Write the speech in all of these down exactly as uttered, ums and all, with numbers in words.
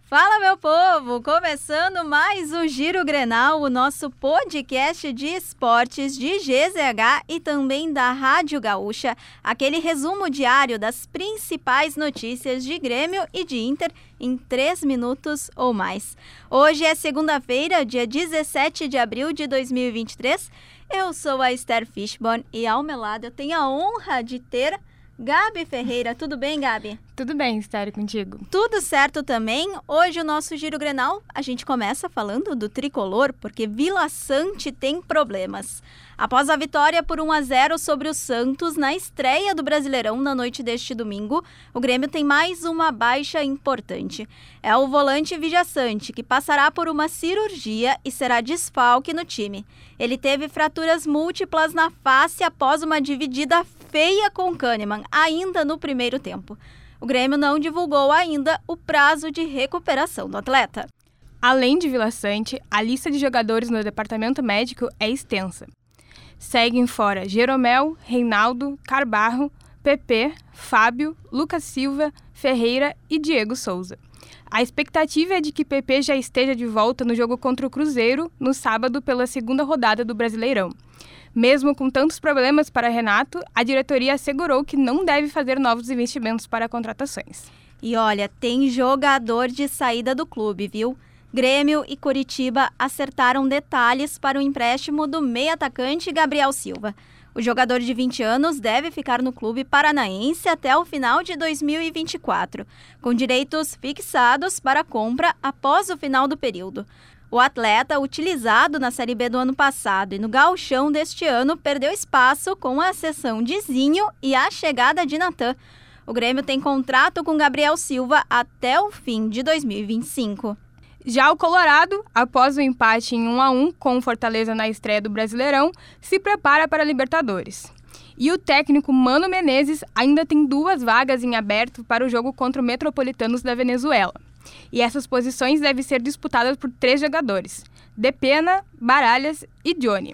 Fala, meu povo! Começando mais um Giro Grenal, o nosso podcast de esportes de G Z H e também da Rádio Gaúcha, aquele resumo diário das principais notícias de Grêmio e de Inter em três minutos ou mais. Hoje é segunda-feira, dia dezessete de abril de dois mil e vinte e três. Eu sou a Esther Fishborn e ao meu lado eu tenho a honra de ter Gabi Ferreira. Tudo bem, Gabi? Tudo bem, Esther, contigo? Tudo certo também. Hoje o nosso Giro Grenal, a gente começa falando do tricolor, porque Vila Sante tem problemas. Após a vitória por um a zero sobre o Santos na estreia do Brasileirão na noite deste domingo, o Grêmio tem mais uma baixa importante. É o volante Vijaçante, que passará por uma cirurgia e será desfalque no time. Ele teve fraturas múltiplas na face após uma dividida feia com Kahneman, ainda no primeiro tempo. O Grêmio não divulgou ainda o prazo de recuperação do atleta. Além de Vila Sante, a lista de jogadores no departamento médico é extensa. Seguem fora Jeromel, Reinaldo, Carbarro, Pepe, Fábio, Lucas Silva, Ferreira e Diego Souza. A expectativa é de que Pepe já esteja de volta no jogo contra o Cruzeiro, no sábado, pela segunda rodada do Brasileirão. Mesmo com tantos problemas para Renato, a diretoria assegurou que não deve fazer novos investimentos para contratações. E olha, tem jogador de saída do clube, viu? Grêmio e Coritiba acertaram detalhes para o empréstimo do meio-atacante Gabriel Silva. O jogador de vinte anos deve ficar no clube paranaense até o final de dois mil e vinte e quatro, com direitos fixados para compra após o final do período. O atleta, utilizado na Série B do ano passado e no Gauchão deste ano, perdeu espaço com a cessão de Zinho e a chegada de Natan. O Grêmio tem contrato com Gabriel Silva até o fim de dois mil e vinte e cinco. Já o Colorado, após o empate em um a um com o Fortaleza na estreia do Brasileirão, se prepara para a Libertadores. E o técnico Mano Menezes ainda tem duas vagas em aberto para o jogo contra o Metropolitanos da Venezuela. E essas posições devem ser disputadas por três jogadores: Depena, Baralhas e Johnny.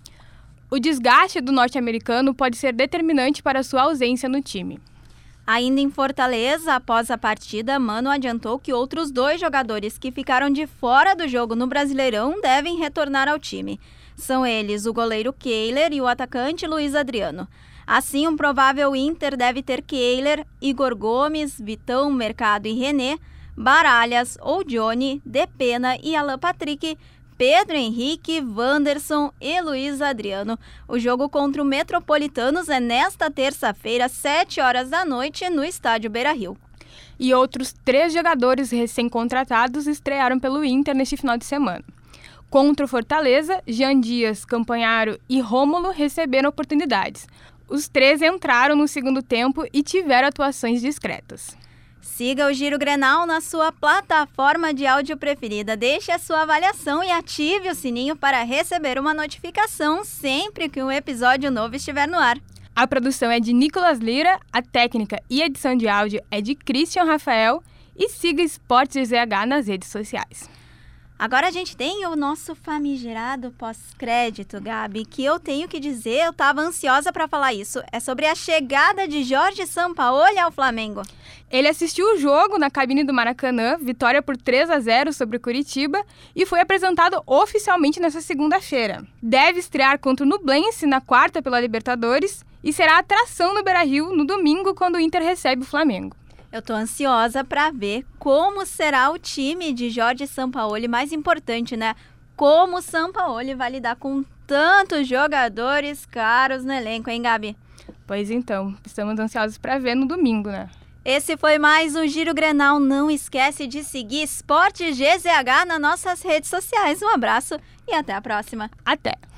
O desgaste do norte-americano pode ser determinante para sua ausência no time. Ainda em Fortaleza, após a partida, Mano adiantou que outros dois jogadores que ficaram de fora do jogo no Brasileirão devem retornar ao time. São eles o goleiro Kehler e o atacante Luiz Adriano. Assim, um provável Inter deve ter Kehler, Igor Gomes, Vitão, Mercado e René, Baralhas ou Johnny, Depena e Alan Patrick, Pedro Henrique, Wanderson e Luiz Adriano. O jogo contra o Metropolitanos é nesta terça-feira, às sete horas da noite, no estádio Beira-Rio. E outros três jogadores recém-contratados estrearam pelo Inter neste final de semana. Contra o Fortaleza, Jean Dias, Campanharo e Rômulo receberam oportunidades. Os três entraram no segundo tempo e tiveram atuações discretas. Siga o Giro Grenal na sua plataforma de áudio preferida. Deixe a sua avaliação e ative o sininho para receber uma notificação sempre que um episódio novo estiver no ar. A produção é de Nicolas Lira, a técnica e edição de áudio é de Christian Rafael e siga Esportes G Z H nas redes sociais. Agora a gente tem o nosso famigerado pós-crédito, Gabi, que eu tenho que dizer, eu estava ansiosa para falar isso. É sobre a chegada de Jorge Sampaoli ao Flamengo. Ele assistiu o jogo na cabine do Maracanã, vitória por três a zero sobre o Curitiba, e foi apresentado oficialmente nesta segunda-feira. Deve estrear contra o Nublense na quarta pela Libertadores e será atração no Beira-Rio no domingo, quando o Inter recebe o Flamengo. Eu tô ansiosa para ver como será o time de Jorge Sampaoli, mais importante, né? Como o Sampaoli vai lidar com tantos jogadores caros no elenco, hein, Gabi? Pois então, estamos ansiosos para ver no domingo, né? Esse foi mais um Giro Grenal. Não esquece de seguir Esporte G Z H nas nossas redes sociais. Um abraço e até a próxima. Até!